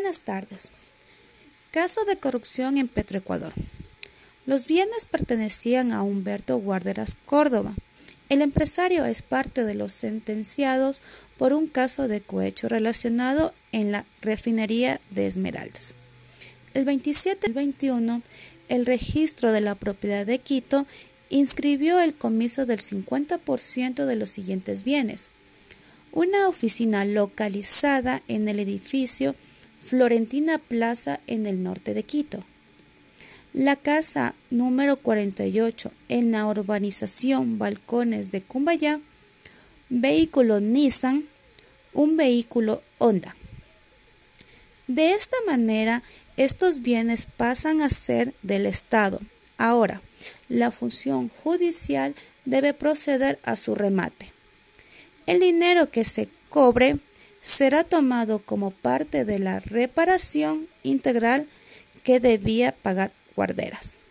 Buenas tardes. Caso de corrupción en Petroecuador. Los bienes pertenecían a Humberto Guarderas Córdoba. El empresario es parte de los sentenciados por un caso de cohecho relacionado en la refinería de Esmeraldas. El 27 del 21, el registro de la propiedad de Quito inscribió el comiso del 50% de los siguientes bienes. Una oficina localizada en el edificio Florentina Plaza en el norte de Quito. La casa número 48 en la urbanización Balcones de Cumbayá, vehículo Nissan, un vehículo Honda. De esta manera, estos bienes pasan a ser del Estado. Ahora, la función judicial debe proceder a su remate. El dinero que se cobre será tomado como parte de la reparación integral que debía pagar Guarderas.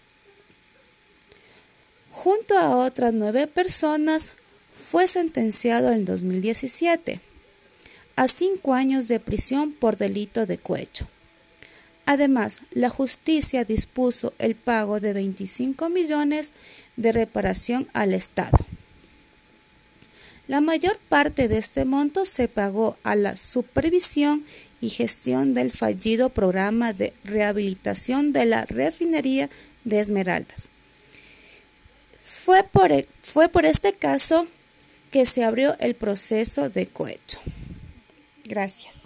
Junto a otras 9 personas, fue sentenciado en 2017 a 5 años de prisión por delito de cohecho. Además, la justicia dispuso el pago de 25 millones de reparación al Estado. La mayor parte de este monto se pagó a la supervisión y gestión del fallido programa de rehabilitación de la refinería de Esmeraldas. Fue por este caso que se abrió el proceso de cohecho. Gracias.